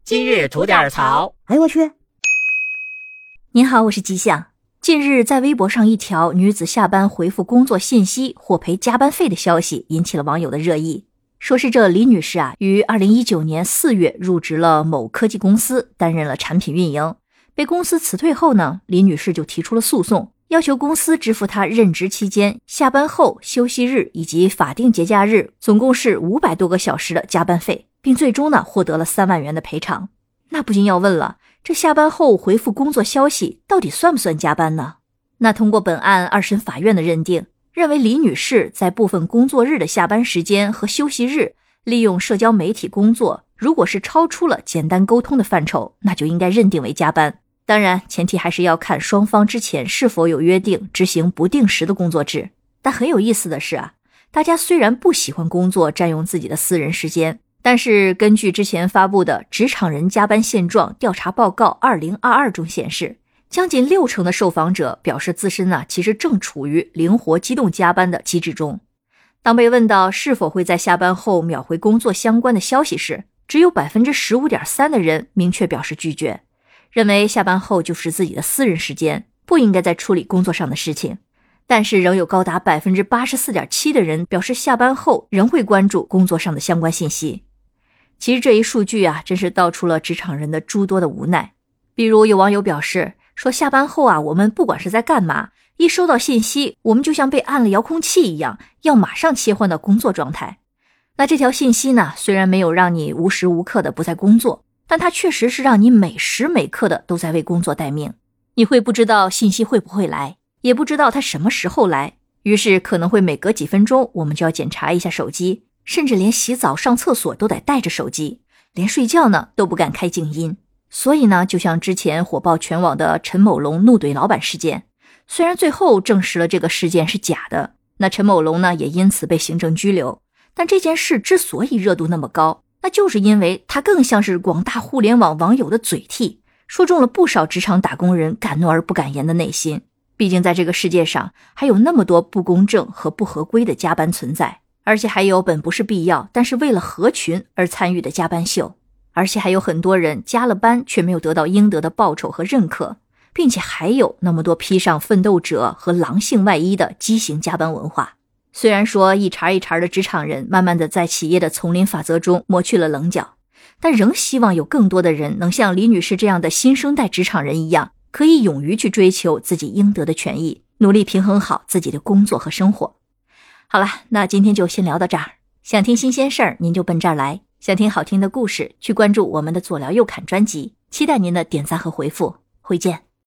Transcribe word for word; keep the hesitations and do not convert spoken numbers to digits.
今日吐点槽。 哎呦我去！ 您好，我是吉祥。近日在微博上一条女子下班回复工作信息获赔加班费的消息引起了网友的热议。说是这李女士啊，于二零一九年四月入职了某科技公司，担任了产品运营。被公司辞退后呢，李女士就提出了诉讼，要求公司支付她任职期间下班后、休息日以及法定节假日总共是五百多个小时的加班费，并最终呢获得了三万元的赔偿。那不禁要问了，这下班后回复工作消息到底算不算加班呢？那通过本案二审法院的认定，认为李女士在部分工作日的下班时间和休息日利用社交媒体工作，如果是超出了简单沟通的范畴，那就应该认定为加班。当然前提还是要看双方之前是否有约定执行不定时的工作制。但很有意思的是啊，大家虽然不喜欢工作占用自己的私人时间，但是根据之前发布的职场人加班现状调查报告二零二二中显示，将近六成的受访者表示自身呢、啊、其实正处于灵活机动加班的机制中。当被问到是否会在下班后秒回工作相关的消息时，只有 百分之十五点三 的人明确表示拒绝，认为下班后就是自己的私人时间，不应该再处理工作上的事情。但是仍有高达 百分之八十四点七 的人表示下班后仍会关注工作上的相关信息。其实这一数据啊，真是道出了职场人的诸多的无奈。比如有网友表示说，下班后啊，我们不管是在干嘛，一收到信息，我们就像被按了遥控器一样，要马上切换到工作状态。那这条信息呢，虽然没有让你无时无刻的不在工作，但它确实是让你每时每刻的都在为工作待命。你会不知道信息会不会来，也不知道它什么时候来，于是可能会每隔几分钟我们就要检查一下手机，甚至连洗澡上厕所都得带着手机，连睡觉呢都不敢开静音。所以呢，就像之前火爆全网的陈某龙怒怼老板事件，虽然最后证实了这个事件是假的，那陈某龙呢也因此被行政拘留，但这件事之所以热度那么高，那就是因为它更像是广大互联网网友的嘴替，说中了不少职场打工人敢怒而不敢言的内心。毕竟在这个世界上还有那么多不公正和不合规的加班存在，而且还有本不是必要但是为了合群而参与的加班秀，而且还有很多人加了班却没有得到应得的报酬和认可，并且还有那么多披上奋斗者和狼性外衣的畸形加班文化。虽然说一茬一茬的职场人慢慢的在企业的丛林法则中磨去了棱角，但仍希望有更多的人能像李女士这样的新生代职场人一样，可以勇于去追求自己应得的权益，努力平衡好自己的工作和生活。好了，那今天就先聊到这儿。想听新鲜事儿，您就奔这儿来；想听好听的故事，去关注我们的左聊右侃专辑。期待您的点赞和回复，回见。